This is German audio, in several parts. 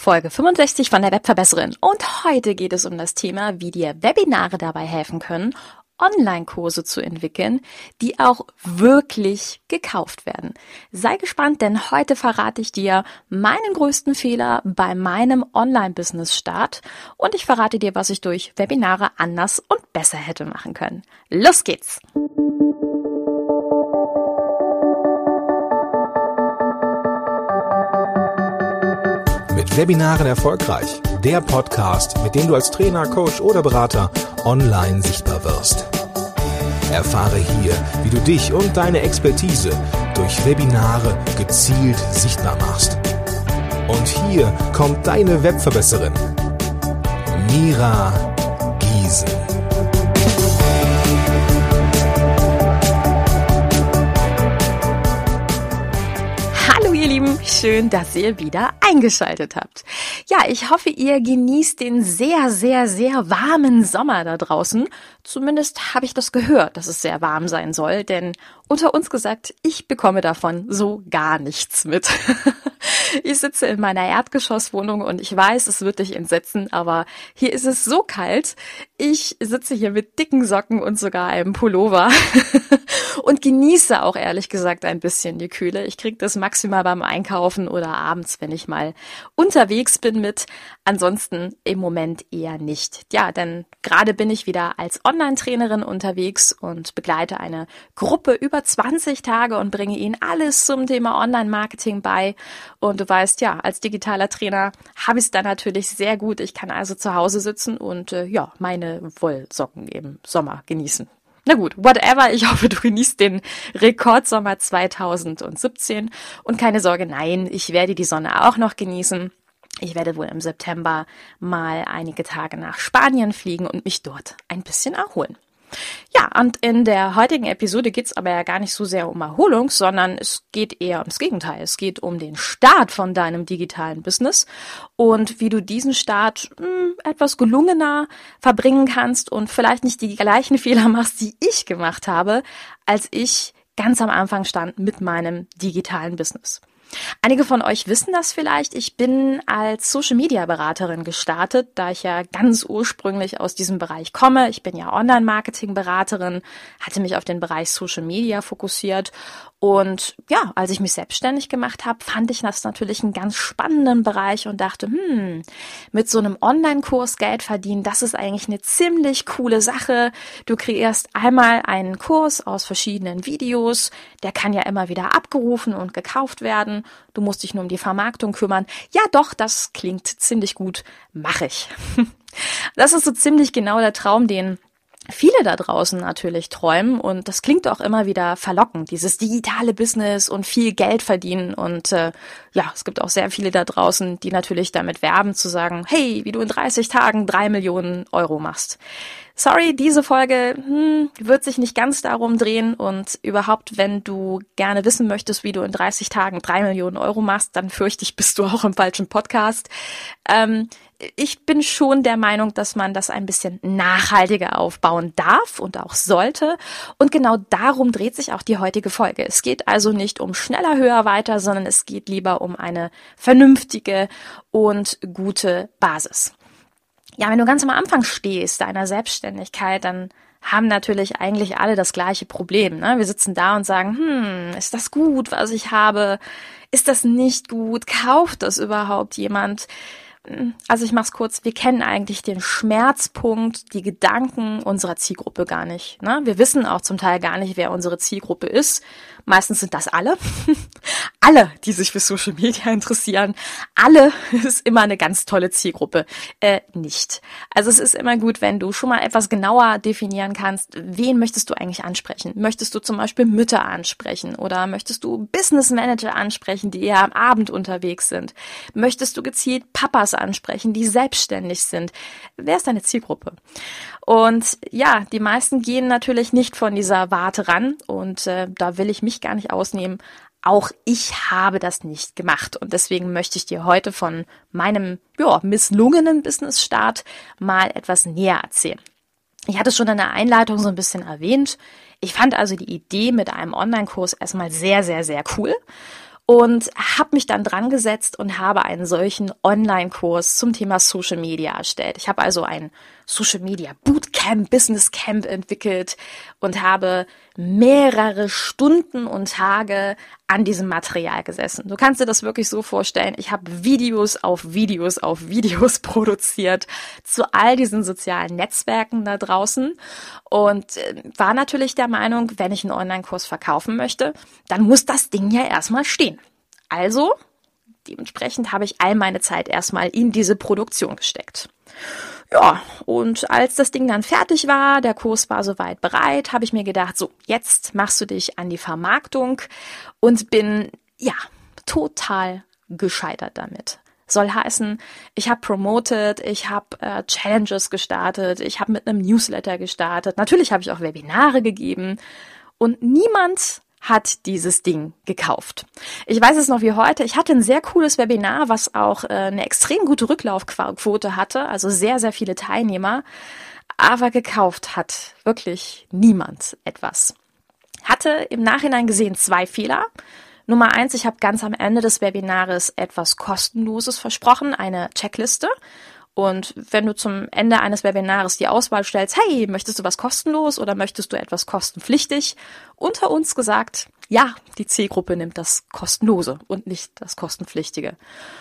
Folge 65 von der Webverbesserin. Und heute geht es um das Thema, wie dir Webinare dabei helfen können, Online-Kurse zu entwickeln, die auch wirklich gekauft werden. Sei gespannt, denn heute verrate ich dir meinen größten Fehler bei meinem Online-Business-Start und ich verrate dir, was ich durch Webinare anders und besser hätte machen können. Los geht's! Mit Webinaren erfolgreich. Der Podcast, mit dem du als Trainer, Coach oder Berater online sichtbar wirst. Erfahre hier, wie du dich und deine Expertise durch Webinare gezielt sichtbar machst. Und hier kommt deine Webverbesserin, Mira Giesen. Hallo ihr Lieben, schön, dass ihr wieder eingeschaltet habt. Ja, ich hoffe, ihr genießt den sehr, sehr, sehr warmen Sommer da draußen. Zumindest habe ich das gehört, dass es sehr warm sein soll, denn unter uns gesagt, ich bekomme davon so gar nichts mit. Ich sitze in meiner Erdgeschosswohnung und ich weiß, es wird dich entsetzen, aber hier ist es so kalt. Ich sitze hier mit dicken Socken und sogar einem Pullover und genieße auch ehrlich gesagt ein bisschen die Kühle. Ich kriege das maximal beim Einkaufen oder abends, wenn ich mal unterwegs bin mit. Ansonsten im Moment eher nicht. Ja, denn gerade bin ich wieder als Online-Trainerin unterwegs und begleite eine Gruppe über 20 Tage und bringe ihnen alles zum Thema Online-Marketing bei. Und du weißt, ja, als digitaler Trainer habe ich es da natürlich sehr gut. Ich kann also zu Hause sitzen und meine Wollsocken im Sommer genießen. Na gut, whatever. Ich hoffe, du genießt den Rekordsommer 2017. Und keine Sorge, nein, ich werde die Sonne auch noch genießen. Ich werde wohl im September mal einige Tage nach Spanien fliegen und mich dort ein bisschen erholen. Ja, und in der heutigen Episode geht es aber ja gar nicht so sehr um Erholung, sondern es geht eher ums Gegenteil. Es geht um den Start von deinem digitalen Business und wie du diesen Start etwas gelungener verbringen kannst und vielleicht nicht die gleichen Fehler machst, die ich gemacht habe, als ich ganz am Anfang stand mit meinem digitalen Business. Einige von euch wissen das vielleicht. Ich bin als Social-Media-Beraterin gestartet, da ich ja ganz ursprünglich aus diesem Bereich komme. Ich bin ja Online-Marketing-Beraterin, hatte mich auf den Bereich Social-Media fokussiert. Und ja, als ich mich selbstständig gemacht habe, fand ich das natürlich einen ganz spannenden Bereich und dachte, mit so einem Online-Kurs Geld verdienen, das ist eigentlich eine ziemlich coole Sache. Du kreierst einmal einen Kurs aus verschiedenen Videos, der kann ja immer wieder abgerufen und gekauft werden. Du musst dich nur um die Vermarktung kümmern. Ja doch, das klingt ziemlich gut, mache ich. Das ist so ziemlich genau der Traum, den viele da draußen natürlich träumen und das klingt auch immer wieder verlockend, dieses digitale Business und viel Geld verdienen und es gibt auch sehr viele da draußen, die natürlich damit werben zu sagen, hey, wie du in 30 Tagen 3 Millionen Euro machst. Sorry, diese Folge wird sich nicht ganz darum drehen und überhaupt, wenn du gerne wissen möchtest, wie du in 30 Tagen 3 Millionen Euro machst, dann fürchte ich, bist du auch im falschen Podcast. Ich bin schon der Meinung, dass man das ein bisschen nachhaltiger aufbauen darf und auch sollte. Und genau darum dreht sich auch die heutige Folge. Es geht also nicht um schneller, höher, weiter, sondern es geht lieber um eine vernünftige und gute Basis. Ja, wenn du ganz am Anfang stehst deiner Selbstständigkeit, dann haben natürlich eigentlich alle das gleiche Problem, ne? Wir sitzen da und sagen, ist das gut, was ich habe? Ist das nicht gut? Kauft das überhaupt jemand? Also ich mach's kurz, wir kennen eigentlich den Schmerzpunkt, die Gedanken unserer Zielgruppe gar nicht, ne? Wir wissen auch zum Teil gar nicht, wer unsere Zielgruppe ist. Meistens sind das alle. Alle, die sich für Social Media interessieren. Alle ist immer eine ganz tolle Zielgruppe. Nicht. Also es ist immer gut, wenn du schon mal etwas genauer definieren kannst, wen möchtest du eigentlich ansprechen? Möchtest du zum Beispiel Mütter ansprechen oder möchtest du Business Manager ansprechen, die eher am Abend unterwegs sind? Möchtest du gezielt Papas ansprechen, die selbstständig sind? Wer ist deine Zielgruppe? Und ja, die meisten gehen natürlich nicht von dieser Warte ran und da will ich mich gar nicht ausnehmen. Auch ich habe das nicht gemacht und deswegen möchte ich dir heute von meinem misslungenen Business-Start mal etwas näher erzählen. Ich hatte es schon in der Einleitung so ein bisschen erwähnt. Ich fand also die Idee mit einem Online-Kurs erstmal sehr, sehr, sehr cool. und habe mich dann dran gesetzt und habe einen solchen Online-Kurs zum Thema Social Media erstellt. Ich habe also ein Social Media Bootcamp, Business Camp entwickelt und habe mehrere Stunden und Tage an diesem Material gesessen. Du kannst dir das wirklich so vorstellen, ich habe Videos auf Videos auf Videos produziert zu all diesen sozialen Netzwerken da draußen und war natürlich der Meinung, wenn ich einen Online-Kurs verkaufen möchte, dann muss das Ding ja erstmal stehen. Also, dementsprechend habe ich all meine Zeit erstmal in diese Produktion gesteckt. Ja, und als das Ding dann fertig war, der Kurs war soweit bereit, habe ich mir gedacht, so, jetzt machst du dich an die Vermarktung und bin, ja, total gescheitert damit. Soll heißen, ich habe promoted, ich habe Challenges gestartet, ich habe mit einem Newsletter gestartet, natürlich habe ich auch Webinare gegeben und niemand hat dieses Ding gekauft. Ich weiß es noch wie heute, ich hatte ein sehr cooles Webinar, was auch eine extrem gute Rücklaufquote hatte, also sehr, sehr viele Teilnehmer, aber gekauft hat wirklich niemand etwas. Hatte im Nachhinein gesehen 2 Fehler. Nummer 1, ich habe ganz am Ende des Webinares etwas Kostenloses versprochen, eine Checkliste. Und wenn du zum Ende eines Webinars die Auswahl stellst, hey, möchtest du was kostenlos oder möchtest du etwas kostenpflichtig? Unter uns gesagt, ja, die Zielgruppe nimmt das Kostenlose und nicht das Kostenpflichtige.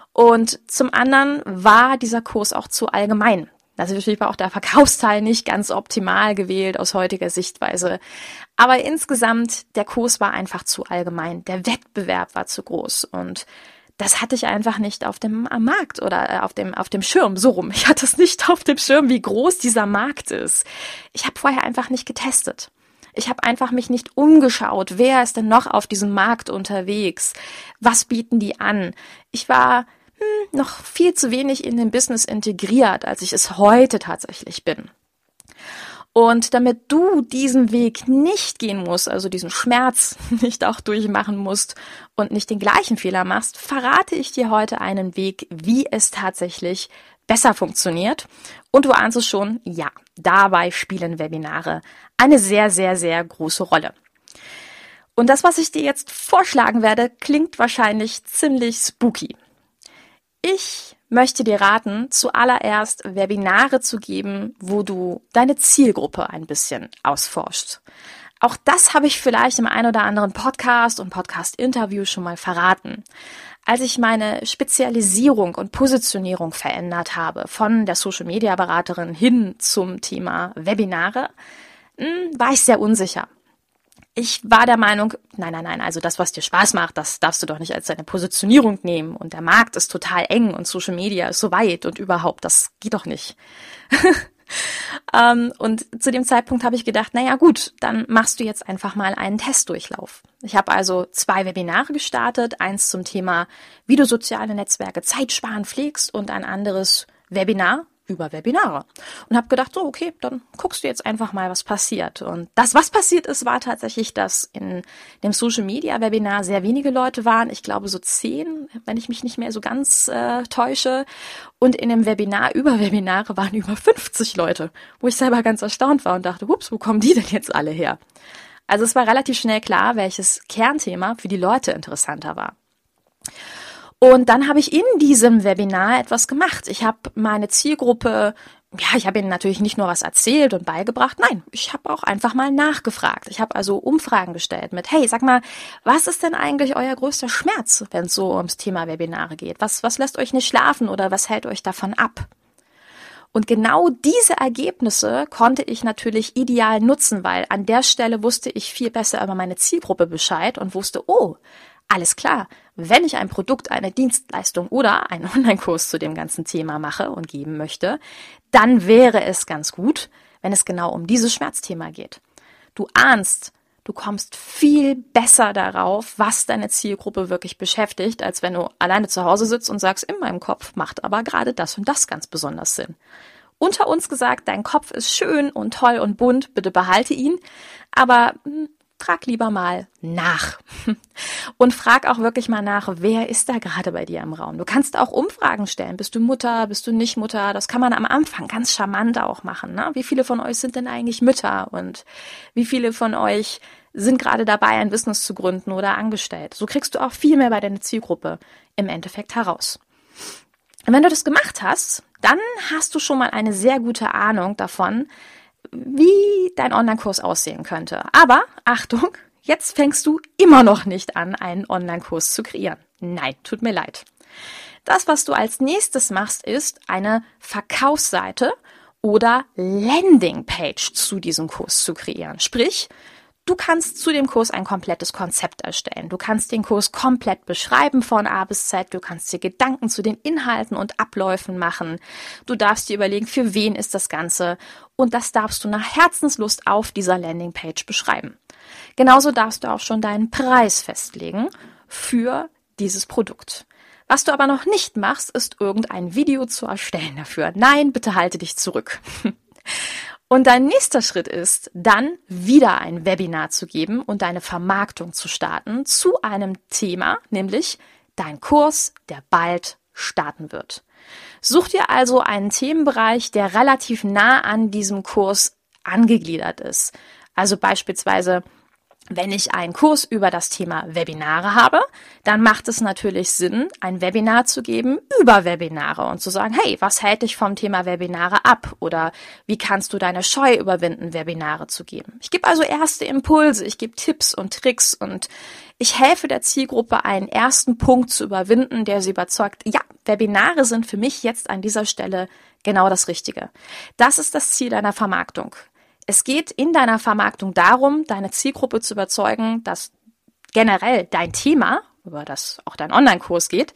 Und zum anderen war dieser Kurs auch zu allgemein. Natürlich war auch der Verkaufsteil nicht ganz optimal gewählt aus heutiger Sichtweise. Aber insgesamt, der Kurs war einfach zu allgemein. Der Wettbewerb war zu groß und das hatte ich einfach nicht auf dem Markt oder auf dem Schirm, so rum. Ich hatte es nicht auf dem Schirm, wie groß dieser Markt ist. Ich habe vorher einfach nicht getestet. Ich habe einfach mich nicht umgeschaut, wer ist denn noch auf diesem Markt unterwegs? Was bieten die an? Ich war noch viel zu wenig in den Business integriert, als ich es heute tatsächlich bin. Und damit du diesen Weg nicht gehen musst, also diesen Schmerz nicht auch durchmachen musst und nicht den gleichen Fehler machst, verrate ich dir heute einen Weg, wie es tatsächlich besser funktioniert. Und du ahnst es schon, ja, dabei spielen Webinare eine sehr, sehr, sehr große Rolle. Und das, was ich dir jetzt vorschlagen werde, klingt wahrscheinlich ziemlich spooky. Ich möchte dir raten, zuallererst Webinare zu geben, wo du deine Zielgruppe ein bisschen ausforschst. Auch das habe ich vielleicht im einen oder anderen Podcast und Podcast-Interview schon mal verraten. Als ich meine Spezialisierung und Positionierung verändert habe, von der Social-Media-Beraterin hin zum Thema Webinare, war ich sehr unsicher. Ich war der Meinung, nein, also das, was dir Spaß macht, das darfst du doch nicht als deine Positionierung nehmen und der Markt ist total eng und Social Media ist so weit und überhaupt, das geht doch nicht. Und zu dem Zeitpunkt habe ich gedacht, naja gut, dann machst du jetzt einfach mal einen Testdurchlauf. Ich habe also 2 Webinare gestartet, eins zum Thema, wie du soziale Netzwerke zeitsparend pflegst und ein anderes Webinar über Webinare. Und habe gedacht, so okay, dann guckst du jetzt einfach mal, was passiert. Und das, was passiert ist, war tatsächlich, dass in dem Social Media Webinar sehr wenige Leute waren. Ich glaube so 10, wenn ich mich nicht mehr so ganz täusche. Und in dem Webinar über Webinare waren über 50 Leute, wo ich selber ganz erstaunt war und dachte, ups, wo kommen die denn jetzt alle her? Also es war relativ schnell klar, welches Kernthema für die Leute interessanter war. Und dann habe ich in diesem Webinar etwas gemacht. Ich habe meine Zielgruppe, ich habe ihnen natürlich nicht nur was erzählt und beigebracht, nein, ich habe auch einfach mal nachgefragt. Ich habe also Umfragen gestellt mit, hey, sag mal, was ist denn eigentlich euer größter Schmerz, wenn es so ums Thema Webinare geht? Was lässt euch nicht schlafen oder was hält euch davon ab? Und genau diese Ergebnisse konnte ich natürlich ideal nutzen, weil an der Stelle wusste ich viel besser über meine Zielgruppe Bescheid und wusste, oh, alles klar, wenn ich ein Produkt, eine Dienstleistung oder einen Online-Kurs zu dem ganzen Thema mache und geben möchte, dann wäre es ganz gut, wenn es genau um dieses Schmerzthema geht. Du ahnst, du kommst viel besser darauf, was deine Zielgruppe wirklich beschäftigt, als wenn du alleine zu Hause sitzt und sagst, in meinem Kopf macht aber gerade das und das ganz besonders Sinn. Unter uns gesagt, dein Kopf ist schön und toll und bunt, bitte behalte ihn, aber frag lieber mal nach. Und frag auch wirklich mal nach, wer ist da gerade bei dir im Raum. Du kannst auch Umfragen stellen. Bist du Mutter, bist du nicht Mutter? Das kann man am Anfang ganz charmant auch machen. Ne? Wie viele von euch sind denn eigentlich Mütter? Und wie viele von euch sind gerade dabei, ein Business zu gründen oder angestellt. So kriegst du auch viel mehr bei deiner Zielgruppe im Endeffekt heraus. Und wenn du das gemacht hast, dann hast du schon mal eine sehr gute Ahnung davon, wie dein Online-Kurs aussehen könnte. Aber Achtung, jetzt fängst du immer noch nicht an, einen Online-Kurs zu kreieren. Nein, tut mir leid. Das, was du als nächstes machst, ist eine Verkaufsseite oder Landingpage zu diesem Kurs zu kreieren. Sprich, du kannst zu dem Kurs ein komplettes Konzept erstellen. Du kannst den Kurs komplett beschreiben von A bis Z. Du kannst dir Gedanken zu den Inhalten und Abläufen machen. Du darfst dir überlegen, für wen ist das Ganze. Und das darfst du nach Herzenslust auf dieser Landingpage beschreiben. Genauso darfst du auch schon deinen Preis festlegen für dieses Produkt. Was du aber noch nicht machst, ist irgendein Video zu erstellen dafür. Nein, bitte halte dich zurück. Und dein nächster Schritt ist, dann wieder ein Webinar zu geben und deine Vermarktung zu starten zu einem Thema, nämlich dein Kurs, der bald starten wird. Such dir also einen Themenbereich, der relativ nah an diesem Kurs angegliedert ist. Also beispielsweise, wenn ich einen Kurs über das Thema Webinare habe, dann macht es natürlich Sinn, ein Webinar zu geben über Webinare und zu sagen, hey, was hält dich vom Thema Webinare ab? Oder wie kannst du deine Scheu überwinden, Webinare zu geben? Ich gebe also erste Impulse, ich gebe Tipps und Tricks und ich helfe der Zielgruppe, einen ersten Punkt zu überwinden, der sie überzeugt, ja, Webinare sind für mich jetzt an dieser Stelle genau das Richtige. Das ist das Ziel deiner Vermarktung. Es geht in deiner Vermarktung darum, deine Zielgruppe zu überzeugen, dass generell dein Thema, über das auch dein Online-Kurs geht,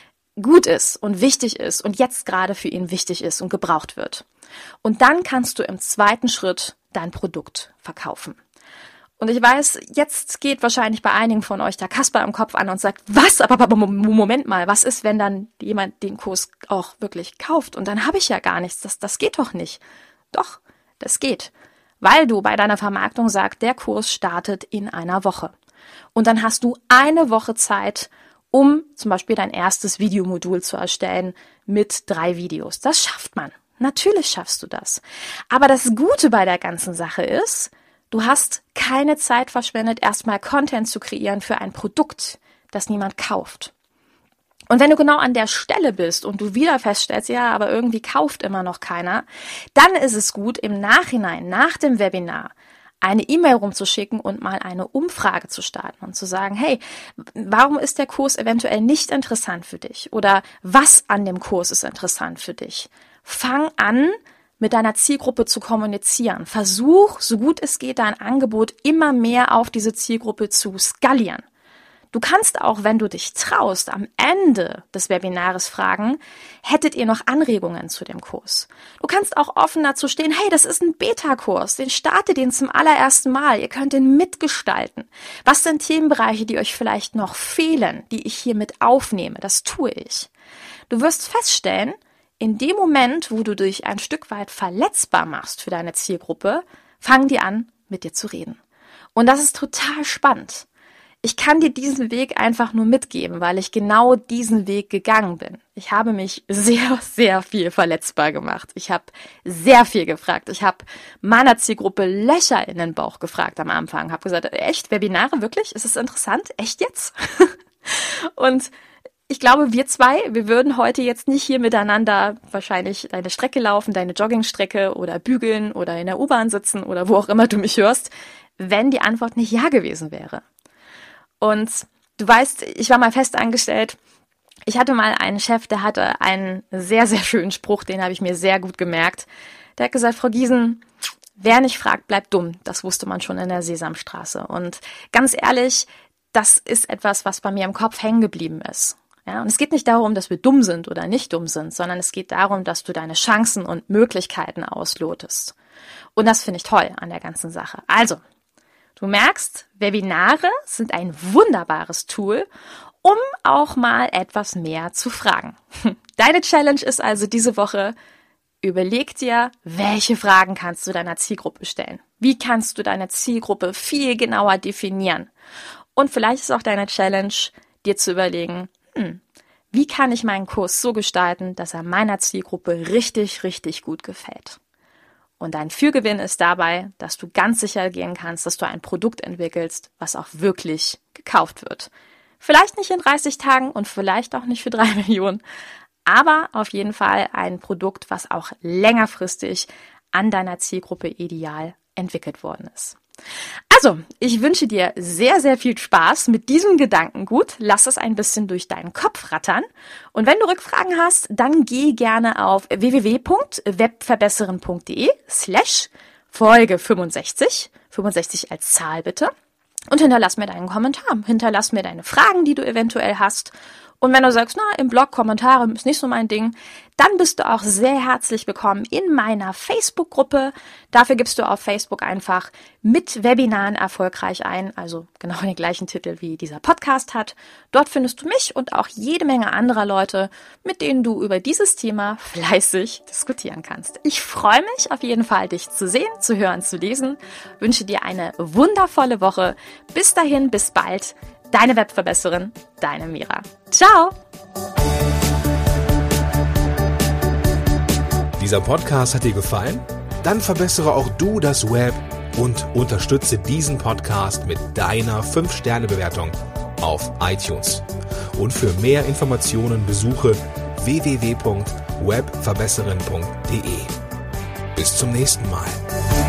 gut ist und wichtig ist und jetzt gerade für ihn wichtig ist und gebraucht wird. Und dann kannst du im zweiten Schritt dein Produkt verkaufen. Und ich weiß, jetzt geht wahrscheinlich bei einigen von euch der Kasper im Kopf an und sagt, was? Aber Moment mal, was ist, wenn dann jemand den Kurs auch wirklich kauft? Und dann habe ich ja gar nichts. Das geht doch nicht. Doch, das geht. Weil du bei deiner Vermarktung sagst, der Kurs startet in einer Woche. Und dann hast du eine Woche Zeit, um zum Beispiel dein erstes Videomodul zu erstellen mit 3 Videos. Das schafft man. Natürlich schaffst du das. Aber das Gute bei der ganzen Sache ist, du hast keine Zeit verschwendet, erstmal Content zu kreieren für ein Produkt, das niemand kauft. Und wenn du genau an der Stelle bist und du wieder feststellst, ja, aber irgendwie kauft immer noch keiner, dann ist es gut, im Nachhinein, nach dem Webinar, eine E-Mail rumzuschicken und mal eine Umfrage zu starten und zu sagen, hey, warum ist der Kurs eventuell nicht interessant für dich? Oder was an dem Kurs ist interessant für dich? Fang an, mit deiner Zielgruppe zu kommunizieren. Versuch, so gut es geht, dein Angebot immer mehr auf diese Zielgruppe zu skalieren. Du kannst auch, wenn du dich traust, am Ende des Webinars fragen, hättet ihr noch Anregungen zu dem Kurs? Du kannst auch offen dazu stehen, hey, das ist ein Beta-Kurs, startet den zum allerersten Mal, ihr könnt den mitgestalten. Was sind Themenbereiche, die euch vielleicht noch fehlen, die ich hier mit aufnehme? Das tue ich. Du wirst feststellen, in dem Moment, wo du dich ein Stück weit verletzbar machst für deine Zielgruppe, fangen die an, mit dir zu reden. Und das ist total spannend. Ich kann dir diesen Weg einfach nur mitgeben, weil ich genau diesen Weg gegangen bin. Ich habe mich sehr, sehr viel verletzbar gemacht. Ich habe sehr viel gefragt. Ich habe meiner Zielgruppe Löcher in den Bauch gefragt am Anfang. Habe gesagt, echt, Webinare, wirklich? Ist es interessant? Echt jetzt? Und ich glaube, wir würden heute jetzt nicht hier miteinander wahrscheinlich deine Strecke laufen, deine Joggingstrecke oder bügeln oder in der U-Bahn sitzen oder wo auch immer du mich hörst, wenn die Antwort nicht ja gewesen wäre. Und du weißt, ich war mal fest angestellt. Ich hatte mal einen Chef, der hatte einen sehr, sehr schönen Spruch, den habe ich mir sehr gut gemerkt. Der hat gesagt, Frau Giesen, wer nicht fragt, bleibt dumm. Das wusste man schon in der Sesamstraße. Und ganz ehrlich, das ist etwas, was bei mir im Kopf hängen geblieben ist. Ja, und es geht nicht darum, dass wir dumm sind oder nicht dumm sind, sondern es geht darum, dass du deine Chancen und Möglichkeiten auslotest. Und das finde ich toll an der ganzen Sache. Also, du merkst, Webinare sind ein wunderbares Tool, um auch mal etwas mehr zu fragen. Deine Challenge ist also diese Woche, überleg dir, welche Fragen kannst du deiner Zielgruppe stellen? Wie kannst du deine Zielgruppe viel genauer definieren? Und vielleicht ist auch deine Challenge, dir zu überlegen, wie kann ich meinen Kurs so gestalten, dass er meiner Zielgruppe richtig, richtig gut gefällt? Und dein Fürgewinn ist dabei, dass du ganz sicher gehen kannst, dass du ein Produkt entwickelst, was auch wirklich gekauft wird. Vielleicht nicht in 30 Tagen und vielleicht auch nicht für 3 Millionen, aber auf jeden Fall ein Produkt, was auch längerfristig an deiner Zielgruppe ideal entwickelt worden ist. Also, ich wünsche dir sehr, sehr viel Spaß mit diesem Gedankengut. Lass es ein bisschen durch deinen Kopf rattern. Und wenn du Rückfragen hast, dann geh gerne auf www.webverbesseren.de/Folge 65, 65 als Zahl bitte, und hinterlass mir deinen Kommentar. Hinterlass mir deine Fragen, die du eventuell hast. Und wenn du sagst, im Blog Kommentare ist nicht so mein Ding, dann bist du auch sehr herzlich willkommen in meiner Facebook-Gruppe. Dafür gibst du auf Facebook einfach mit Webinaren erfolgreich ein, also genau den gleichen Titel wie dieser Podcast hat. Dort findest du mich und auch jede Menge anderer Leute, mit denen du über dieses Thema fleißig diskutieren kannst. Ich freue mich auf jeden Fall, dich zu sehen, zu hören, zu lesen. Wünsche dir eine wundervolle Woche. Bis dahin, bis bald. Deine Webverbesserin, deine Mira. Ciao! Dieser Podcast hat dir gefallen? Dann verbessere auch du das Web und unterstütze diesen Podcast mit deiner 5-Sterne-Bewertung auf iTunes. Und für mehr Informationen besuche www.webverbesserin.de. Bis zum nächsten Mal.